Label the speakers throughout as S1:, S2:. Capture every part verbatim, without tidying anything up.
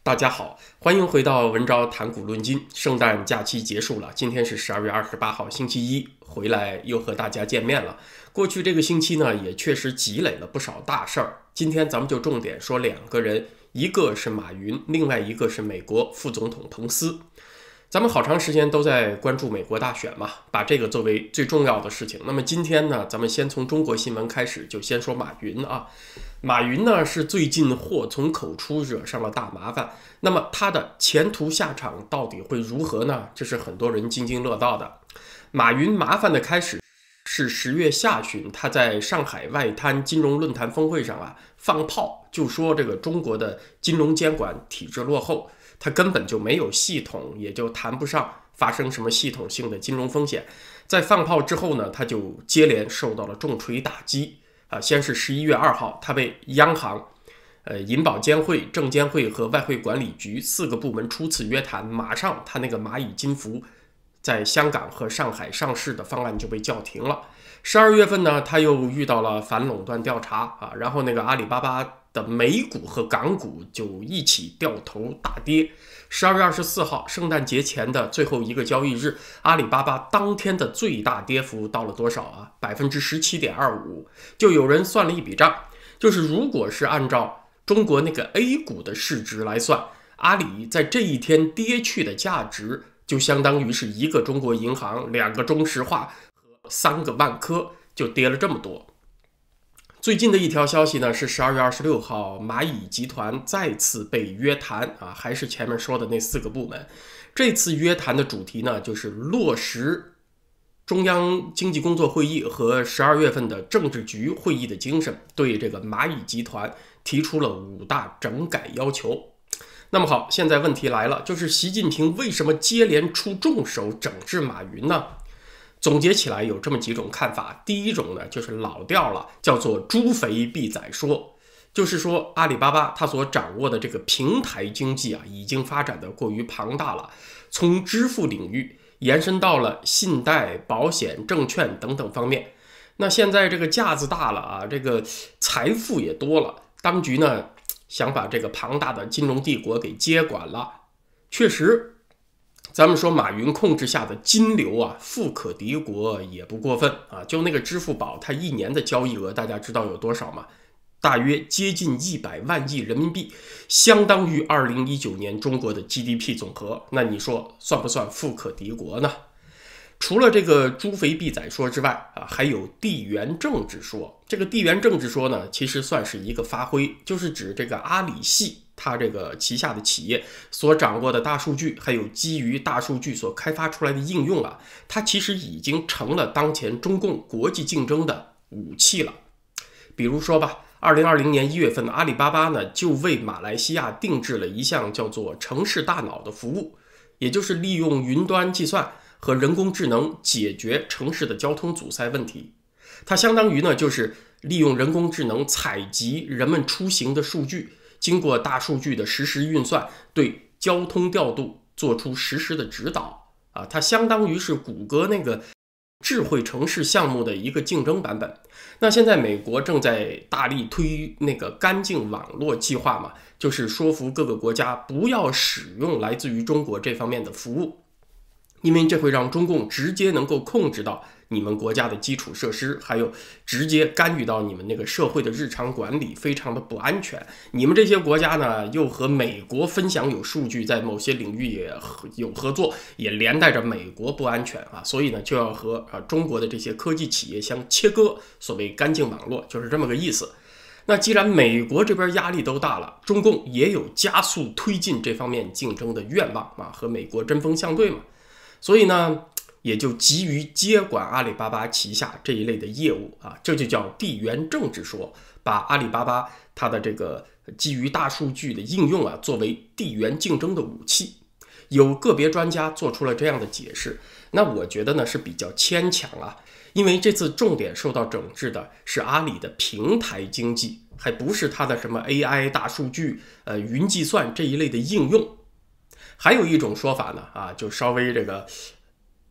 S1: 大家好，欢迎回到文昭谈股论金。圣诞假期结束了，今天是十二月二十八号，星期一，回来又和大家见面了。过去这个星期呢，也确实积累了不少大事儿。今天咱们就重点说两个人，一个是马云，另外一个是美国副总统彭斯。咱们好长时间都在关注美国大选嘛，把这个作为最重要的事情。那么今天呢，咱们先从中国新闻开始，就先说马云啊。马云呢是最近祸从口出，惹上了大麻烦。那么他的前途下场到底会如何呢？这是很多人津津乐道的。马云麻烦的开始是十月下旬，他在上海外滩金融论坛峰会上啊放炮，就说这个中国的金融监管体制落后，他根本就没有系统，也就谈不上发生什么系统性的金融风险。在放炮之后呢，他就接连受到了重锤打击啊！先是十一月二号，他被央行、呃银保监会、证监会和外汇管理局四个部门初次约谈，马上他那个蚂蚁金服在香港和上海上市的方案就被叫停了。十二月份呢，他又遇到了反垄断调查啊，然后那个阿里巴巴的美股和港股就一起掉头大跌。十二月二十四号，圣诞节前的最后一个交易日，阿里巴巴当天的最大跌幅到了多少啊？百分之十七点二五。就有人算了一笔账，就是如果是按照中国那个 A 股的市值来算，阿里在这一天跌去的价值，就相当于是一个中国银行、两个中石化和三个万科，就跌了这么多。最近的一条消息呢，是十二月二十六号，蚂蚁集团再次被约谈啊，还是前面说的那四个部门。这次约谈的主题呢，就是落实中央经济工作会议和十二月份的政治局会议的精神，对这个蚂蚁集团提出了五大整改要求。那么好，现在问题来了，就是习近平为什么接连出重手整治马云呢？总结起来有这么几种看法。第一种呢，就是老掉了，叫做猪肥必宰说，就是说阿里巴巴它所掌握的这个平台经济啊，已经发展的过于庞大了，从支付领域延伸到了信贷、保险、证券等等方面。那现在这个架子大了啊，这个财富也多了，当局呢想把这个庞大的金融帝国给接管了。确实，咱们说马云控制下的金流啊，富可敌国也不过分啊。就那个支付宝，它一年的交易额，大家知道有多少吗？大约接近一百万亿人民币，相当于二零一九年中国的 G D P 总和。那你说算不算富可敌国呢？除了这个猪肥必宰说之外啊，还有地缘政治说。这个地缘政治说呢，其实算是一个发挥，就是指这个阿里系它这个旗下的企业所掌握的大数据，还有基于大数据所开发出来的应用啊，它其实已经成了当前中共国际竞争的武器了。比如说吧，二零二零年一月份，阿里巴巴呢就为马来西亚定制了一项叫做城市大脑的服务，也就是利用云端计算和人工智能解决城市的交通阻塞问题。它相当于呢，就是利用人工智能采集人们出行的数据，经过大数据的实时运算，对交通调度做出实时的指导啊。它相当于是谷歌那个智慧城市项目的一个竞争版本。那现在美国正在大力推那个干净网络计划嘛，就是说服各个国家不要使用来自于中国这方面的服务，因为这会让中共直接能够控制到你们国家的基础设施，还有直接干预到你们那个社会的日常管理，非常的不安全。你们这些国家呢，又和美国分享有数据，在某些领域也有合作，也连带着美国不安全啊，所以呢，就要和啊中国的这些科技企业相切割，所谓干净网络，就是这么个意思。那既然美国这边压力都大了，中共也有加速推进这方面竞争的愿望啊，和美国针锋相对嘛，所以呢，也就急于接管阿里巴巴旗下这一类的业务啊，这就叫地缘政治说，把阿里巴巴它的这个基于大数据的应用啊，作为地缘竞争的武器。有个别专家做出了这样的解释，那我觉得呢是比较牵强啊，因为这次重点受到整治的是阿里的平台经济，还不是它的什么 A I 大数据、呃云计算这一类的应用。还有一种说法呢，啊，就稍微这个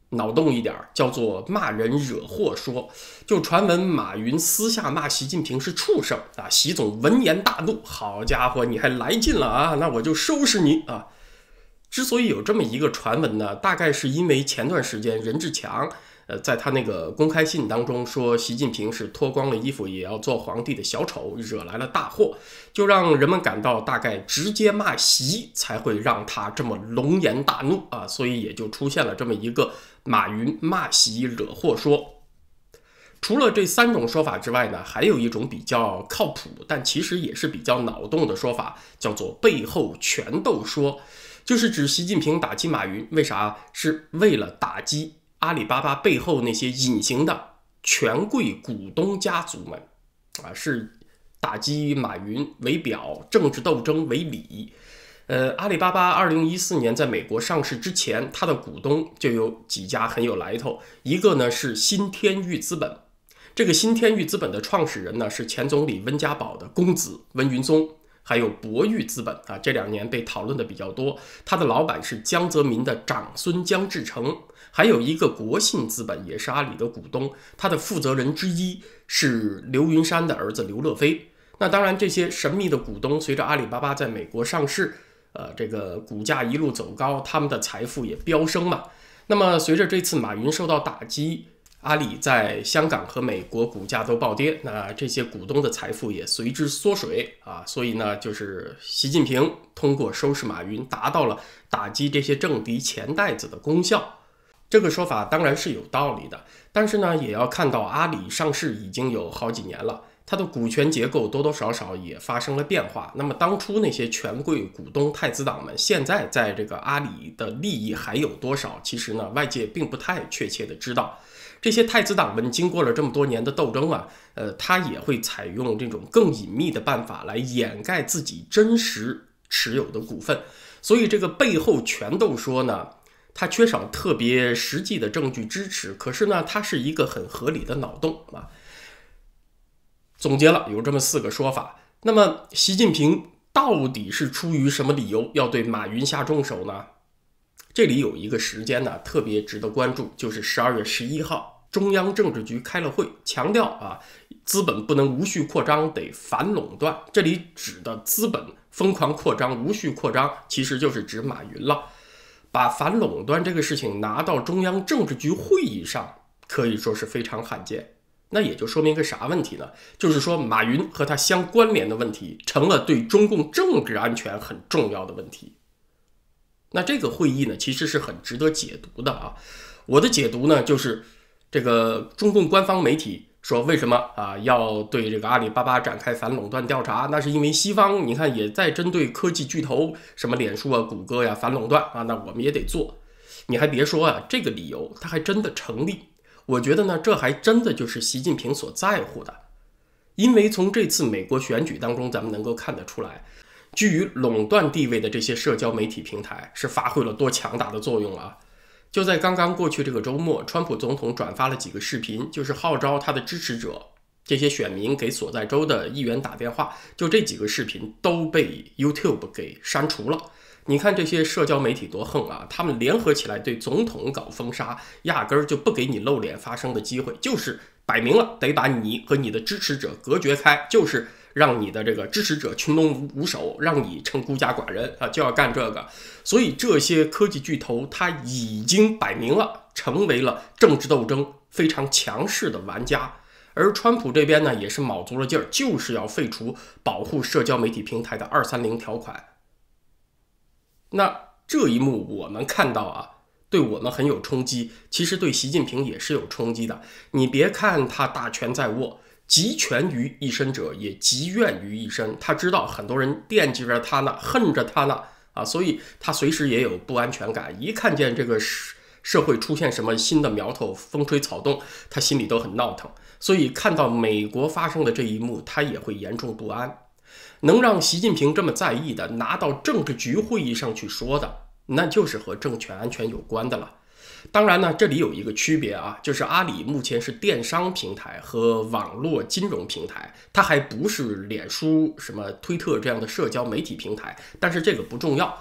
S1: 脑洞一点，叫做骂人惹祸说。就传闻马云私下骂习近平是畜生啊，习总闻言大怒，好家伙，你还来劲了啊，那我就收拾你啊。之所以有这么一个传闻呢，大概是因为前段时间任志强呃，在他那个公开信当中说习近平是脱光了衣服也要做皇帝的小丑，惹来了大祸，就让人们感到大概直接骂习才会让他这么龙颜大怒啊，所以也就出现了这么一个马云骂习惹祸说。除了这三种说法之外呢，还有一种比较靠谱，但其实也是比较脑洞的说法，叫做背后拳斗说，就是指习近平打击马云，为啥？是为了打击阿里巴巴背后那些隐形的权贵股东家族们啊，是打击马云为表，政治斗争为里。呃，阿里巴巴二零一四年在美国上市之前，它的股东就有几家很有来头，一个呢是新天域资本。这个新天域资本的创始人呢是前总理温家宝的公子温云松，还有博裕资本啊，这两年被讨论的比较多。他的老板是江泽民的长孙江志成，还有一个国信资本也是阿里的股东，他的负责人之一是刘云山的儿子刘乐飞。那当然，这些神秘的股东随着阿里巴巴在美国上市，呃，这个股价一路走高，他们的财富也飙升嘛。那么随着这次马云受到打击，阿里在香港和美国股价都暴跌，那这些股东的财富也随之缩水啊，所以呢，就是习近平通过收拾马云，达到了打击这些政敌钱袋子的功效。这个说法当然是有道理的，但是呢，也要看到阿里上市已经有好几年了，它的股权结构多多少少也发生了变化。那么当初那些权贵股东太子党们，现在在这个阿里的利益还有多少？其实呢，外界并不太确切的知道。这些太子党们经过了这么多年的斗争啊，呃，他也会采用这种更隐秘的办法来掩盖自己真实持有的股份。所以这个背后拳斗说呢，它缺少特别实际的证据支持，可是呢，它是一个很合理的脑洞啊。总结了有这么四个说法。那么习近平到底是出于什么理由要对马云下重手呢？这里有一个时间呢特别值得关注，就是十二月十一号，中央政治局开了会，强调啊，资本不能无序扩张，得反垄断。这里指的资本疯狂扩张、无序扩张，其实就是指马云了。把反垄断这个事情拿到中央政治局会议上，可以说是非常罕见。那也就说明个啥问题呢？就是说马云和他相关联的问题，成了对中共政治安全很重要的问题。那这个会议呢，其实是很值得解读的啊。我的解读呢，就是这个中共官方媒体说为什么啊要对这个阿里巴巴展开反垄断调查？那是因为西方你看也在针对科技巨头，什么脸书啊、谷歌呀反垄断啊，那我们也得做。你还别说啊，这个理由它还真的成立。我觉得呢，这还真的就是习近平所在乎的，因为从这次美国选举当中，咱们能够看得出来，居于垄断地位的这些社交媒体平台是发挥了多强大的作用啊！就在刚刚过去这个周末，川普总统转发了几个视频，就是号召他的支持者，这些选民给所在州的议员打电话，就这几个视频都被 YouTube 给删除了。你看这些社交媒体多横啊，他们联合起来对总统搞封杀，压根儿就不给你露脸发声的机会，就是摆明了得把你和你的支持者隔绝开，就是让你的这个支持者群龙无首，让你成孤家寡人啊，就要干这个。所以这些科技巨头他已经摆明了成为了政治斗争非常强势的玩家。而川普这边呢，也是卯足了劲儿，就是要废除保护社交媒体平台的二三零条款。那这一幕我们看到啊，对我们很有冲击，其实对习近平也是有冲击的。你别看他大权在握，集权于一身者也集怨于一身，他知道很多人惦记着他呢，恨着他呢啊，所以他随时也有不安全感。一看见这个社会出现什么新的苗头，风吹草动，他心里都很闹腾。所以看到美国发生的这一幕，他也会严重不安。能让习近平这么在意的，拿到政治局会议上去说的，那就是和政权安全有关的了。当然呢，这里有一个区别啊，就是阿里目前是电商平台和网络金融平台，它还不是脸书、什么推特这样的社交媒体平台。但是这个不重要，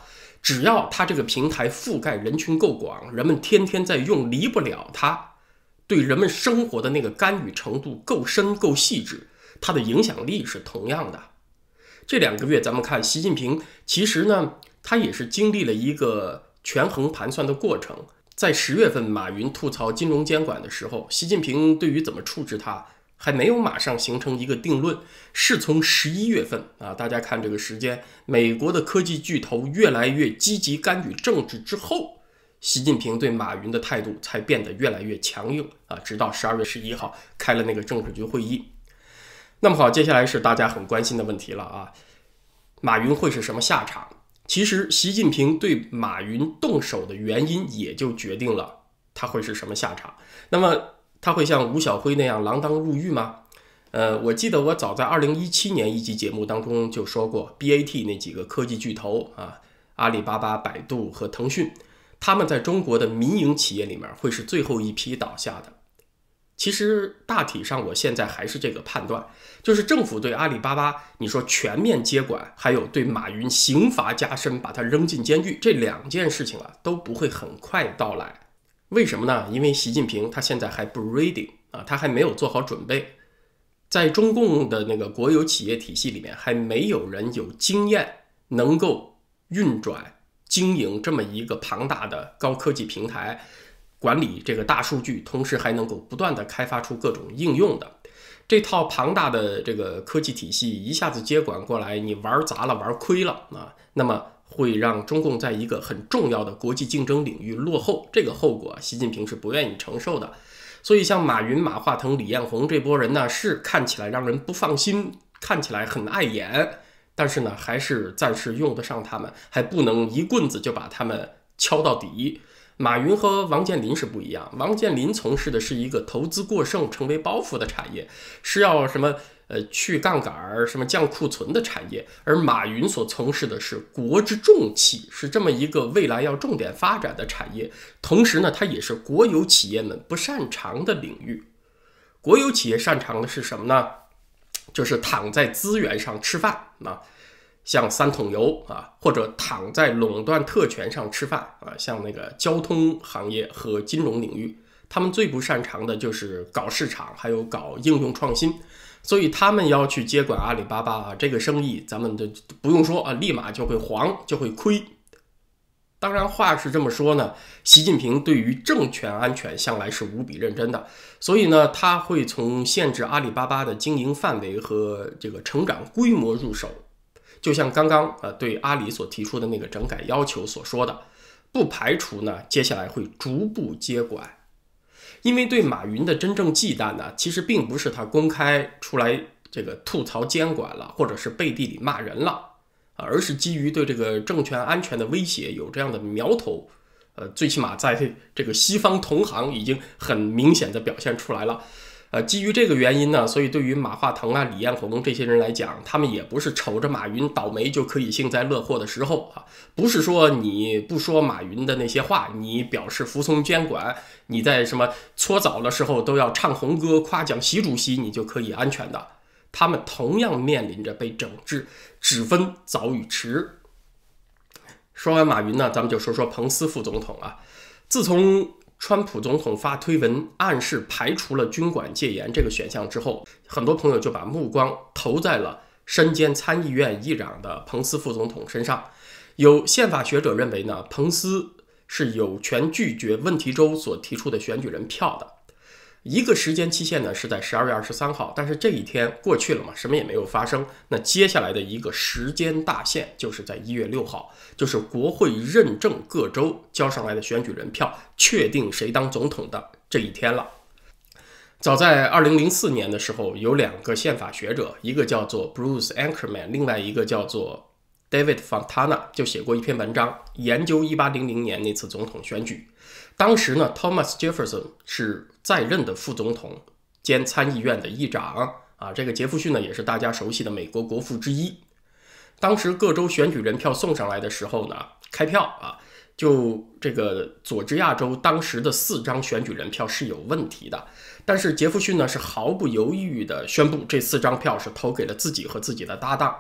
S1: 只要他这个平台覆盖人群够广，人们天天在用，离不了它，对人们生活的那个干预程度够深够细致，它的影响力是同样的。这两个月咱们看习近平，其实呢他也是经历了一个权衡盘算的过程。在十月份马云吐槽金融监管的时候，习近平对于怎么处置它还没有马上形成一个定论，是从十一月份啊，大家看这个时间，美国的科技巨头越来越积极干预政治之后，习近平对马云的态度才变得越来越强硬啊，直到十二月十一号开了那个政治局会议。那么好，接下来是大家很关心的问题了啊，马云会是什么下场？其实习近平对马云动手的原因也就决定了他会是什么下场。那么他会像吴晓辉那样锒铛入狱吗？呃，我记得我早在二零一七年一集节目当中就说过 B A T 那几个科技巨头啊，阿里巴巴、百度和腾讯，他们在中国的民营企业里面会是最后一批倒下的。其实大体上我现在还是这个判断，就是政府对阿里巴巴你说全面接管，还有对马云刑罚加深，把他扔进监狱，这两件事情啊都不会很快到来。为什么呢？因为习近平他现在还不 ready 啊，他还没有做好准备。在中共的那个国有企业体系里面，还没有人有经验能够运转经营这么一个庞大的高科技平台，管理这个大数据，同时还能够不断的开发出各种应用的。这套庞大的这个科技体系一下子接管过来，你玩砸了，玩亏了啊，那么会让中共在一个很重要的国际竞争领域落后，这个后果习近平是不愿意承受的。所以像马云、马化腾、李彦宏这波人呢，是看起来让人不放心，看起来很碍眼，但是呢还是暂时用得上他们，还不能一棍子就把他们敲到底。马云和王健林是不一样，王健林从事的是一个投资过剩成为包袱的产业，是要什么呃去杠杆、什么降库存的产业，而马云所从事的是国之重器，是这么一个未来要重点发展的产业，同时呢它也是国有企业们不擅长的领域。国有企业擅长的是什么呢？就是躺在资源上吃饭啊，像三桶油啊，或者躺在垄断特权上吃饭啊，像那个交通行业和金融领域，他们最不擅长的就是搞市场，还有搞应用创新。所以他们要去接管阿里巴巴啊，这个生意咱们就不用说啊，立马就会黄，就会亏。当然话是这么说呢，习近平对于政权安全向来是无比认真的，所以呢，他会从限制阿里巴巴的经营范围和这个成长规模入手。就像刚刚呃对阿里所提出的那个整改要求所说的，不排除呢接下来会逐步接管。因为对马云的真正忌惮呢，其实并不是他公开出来这个吐槽监管了，或者是背地里骂人了，而是基于对这个政权安全的威胁有这样的苗头，呃，最起码在这个西方同行已经很明显的表现出来了。呃，基于这个原因呢，所以对于马化腾啊、李彦宏这些人来讲，他们也不是瞅着马云倒霉就可以幸灾乐祸的时候啊。不是说你不说马云的那些话，你表示服从监管，你在什么搓澡的时候都要唱红歌夸奖习主席，你就可以安全的。他们同样面临着被整治，只分早与迟。说完马云呢，咱们就说说彭斯副总统啊。自从川普总统发推文暗示排除了军管戒严这个选项之后，很多朋友就把目光投在了身兼参议院议长的彭斯副总统身上。有宪法学者认为呢，彭斯是有权拒绝问题州所提出的选举人票的。一个时间期限呢是在十二月二十三号，但是这一天过去了嘛，什么也没有发生。那接下来的一个时间大限就是在一月六号，就是国会认证各州交上来的选举人票，确定谁当总统的这一天了。早在二零零四年的时候，有两个宪法学者，一个叫做 Bruce Ankerman， 另外一个叫做 David Fontana， 就写过一篇文章，研究一八零零年那次总统选举。当时呢 Thomas Jefferson 是在任的副总统兼参议院的议长啊，这个杰弗逊呢也是大家熟悉的美国国父之一。当时各州选举人票送上来的时候呢，开票啊，就这个佐治亚州当时的四张选举人票是有问题的，但是杰弗逊呢是毫不犹豫的宣布这四张票是投给了自己和自己的搭档，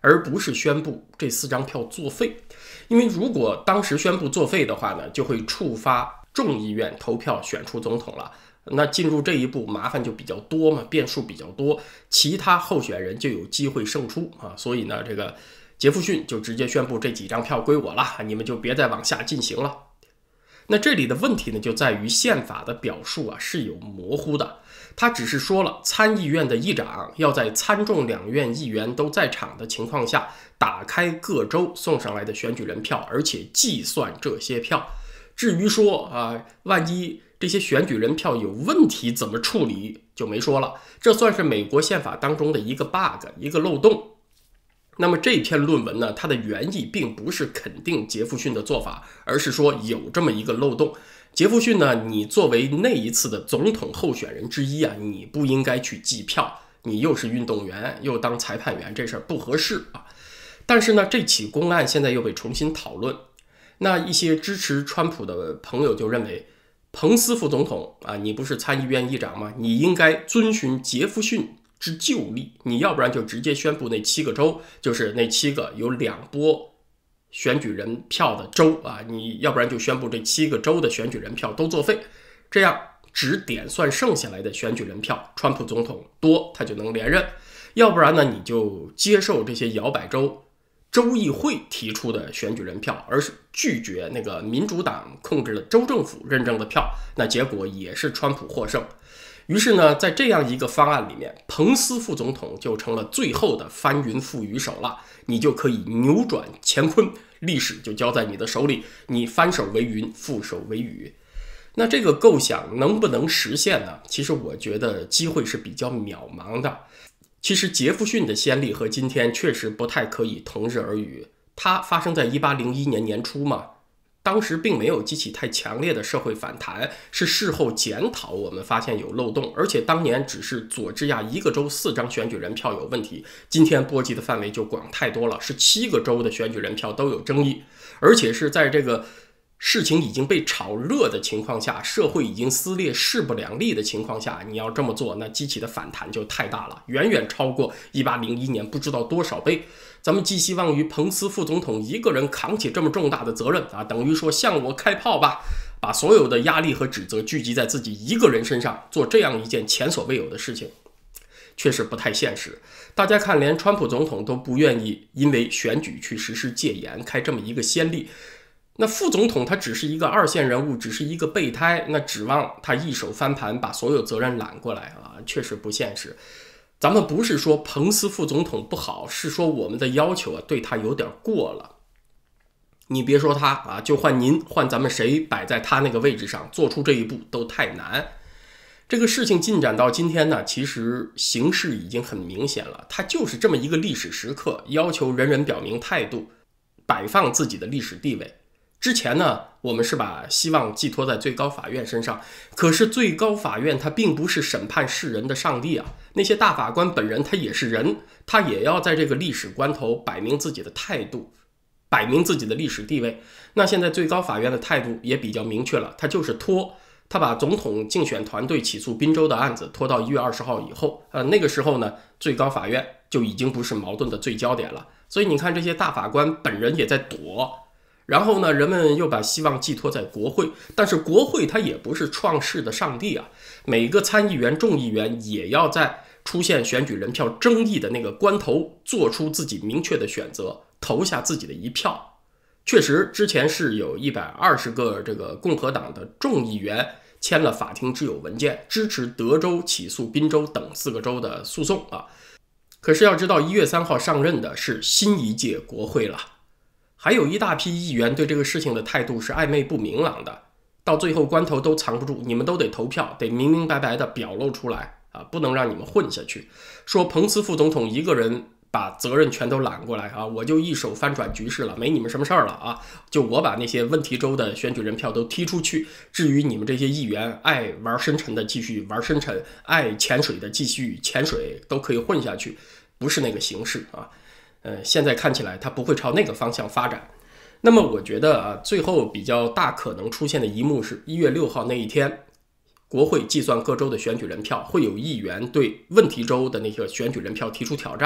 S1: 而不是宣布这四张票作废。因为如果当时宣布作废的话呢，就会触发众议院投票选出总统了。那进入这一步麻烦就比较多嘛，变数比较多，其他候选人就有机会胜出啊。所以呢，这个杰弗逊就直接宣布这几张票归我了，你们就别再往下进行了。那这里的问题呢，就在于宪法的表述啊是有模糊的，他只是说了参议院的议长要在参众两院议员都在场的情况下，打开各州送上来的选举人票，而且计算这些票。至于说啊，万一这些选举人票有问题怎么处理就没说了，这算是美国宪法当中的一个 bug， 一个漏洞。那么这篇论文呢，它的原意并不是肯定杰弗逊的做法，而是说有这么一个漏洞。杰弗逊呢，你作为那一次的总统候选人之一啊，你不应该去计票，你又是运动员又当裁判员，这事儿不合适啊。但是呢，这起公案现在又被重新讨论，那一些支持川普的朋友就认为，彭斯副总统啊，你不是参议院议长吗？你应该遵循杰弗逊之旧例，你要不然就直接宣布那七个州，就是那七个有两波选举人票的州啊，你要不然就宣布这七个州的选举人票都作废，这样只点算剩下来的选举人票，川普总统多他就能连任。要不然呢，你就接受这些摇摆州州议会提出的选举人票，而是拒绝那个民主党控制的州政府认证的票，那结果也是川普获胜。于是呢，在这样一个方案里面，彭斯副总统就成了最后的翻云覆雨手了，你就可以扭转乾坤，历史就交在你的手里，你翻手为云，覆手为雨。那这个构想能不能实现呢？其实我觉得机会是比较渺茫的。其实杰弗逊的先例和今天确实不太可以同日而语，它发生在一八零一年年初嘛，当时并没有激起太强烈的社会反弹，是事后检讨我们发现有漏洞，而且当年只是佐治亚一个州四张选举人票有问题，今天波及的范围就广太多了，是七个州的选举人票都有争议，而且是在这个事情已经被炒热的情况下，社会已经撕裂势不两立的情况下，你要这么做，那激起的反弹就太大了，远远超过一八零一年不知道多少倍。咱们寄希望于彭斯副总统一个人扛起这么重大的责任啊，等于说向我开炮吧，把所有的压力和指责聚集在自己一个人身上，做这样一件前所未有的事情，确实不太现实。大家看，连川普总统都不愿意因为选举去实施戒严，开这么一个先例，那副总统他只是一个二线人物，只是一个备胎，那指望他一手翻盘把所有责任揽过来啊，确实不现实。咱们不是说彭斯副总统不好，是说我们的要求啊对他有点过了。你别说他啊，就换您，换咱们谁摆在他那个位置上，做出这一步都太难。这个事情进展到今天呢，其实形势已经很明显了，它就是这么一个历史时刻，要求人人表明态度，摆放自己的历史地位。之前呢，我们是把希望寄托在最高法院身上，可是最高法院它并不是审判世人的上帝啊，那些大法官本人他也是人，他也要在这个历史关头摆明自己的态度，摆明自己的历史地位。那现在最高法院的态度也比较明确了，他就是拖，他把总统竞选团队起诉宾州的案子拖到一月二十号以后，呃，那个时候呢，最高法院就已经不是矛盾的最焦点了。所以你看，这些大法官本人也在躲。然后呢，人们又把希望寄托在国会，但是国会它也不是创世的上帝啊，每个参议员、众议员也要在出现选举人票争议的那个关头做出自己明确的选择，投下自己的一票。确实，之前是有一百二十个这个共和党的众议员签了法庭之友文件，支持德州起诉宾州等四个州的诉讼啊。可是要知道，一月三号上任的是新一届国会了。还有一大批议员对这个事情的态度是暧昧不明朗的，到最后关头都藏不住，你们都得投票，得明明白白的表露出来啊，不能让你们混下去。说彭斯副总统一个人把责任全都揽过来啊，我就一手翻转局势了，没你们什么事儿了啊，就我把那些问题州的选举人票都踢出去，至于你们这些议员爱玩深沉的继续玩深沉，爱潜水的继续潜水，都可以混下去，不是那个形式啊。呃，现在看起来它不会朝那个方向发展。那么我觉得啊，最后比较大可能出现的一幕是一月六号那一天，国会计算各州的选举人票，会有议员对问题州的那个选举人票提出挑战。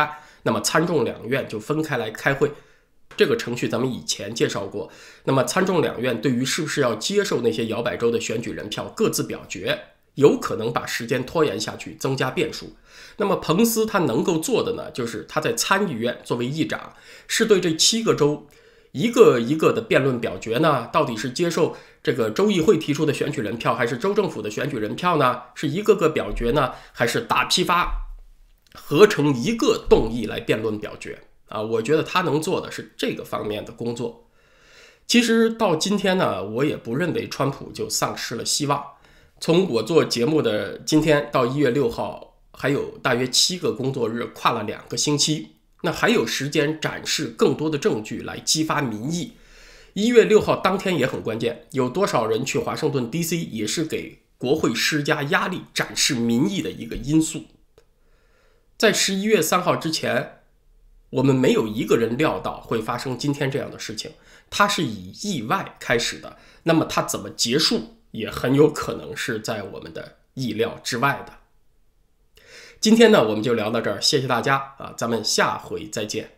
S1: 那么参众两院就分开来开会。这个程序咱们以前介绍过。那么参众两院对于是不是要接受那些摇摆州的选举人票各自表决，有可能把时间拖延下去，增加变数。那么彭斯他能够做的呢，就是他在参议院作为议长，是对这七个州一个一个的辩论表决呢，到底是接受这个州议会提出的选举人票，还是州政府的选举人票呢？是一个个表决呢，还是大批发合成一个动议来辩论表决啊？我觉得他能做的是这个方面的工作。其实到今天呢，我也不认为川普就丧失了希望。从我做节目的今天到一月六号，还有大约七个工作日，跨了两个星期，那还有时间展示更多的证据来激发民意。一月六号当天也很关键，有多少人去华盛顿 D C 也是给国会施加压力、展示民意的一个因素。在十一月三号之前，我们没有一个人料到会发生今天这样的事情，它是以意外开始的，那么它怎么结束也很有可能是在我们的意料之外的。今天呢，我们就聊到这儿，谢谢大家啊，咱们下回再见。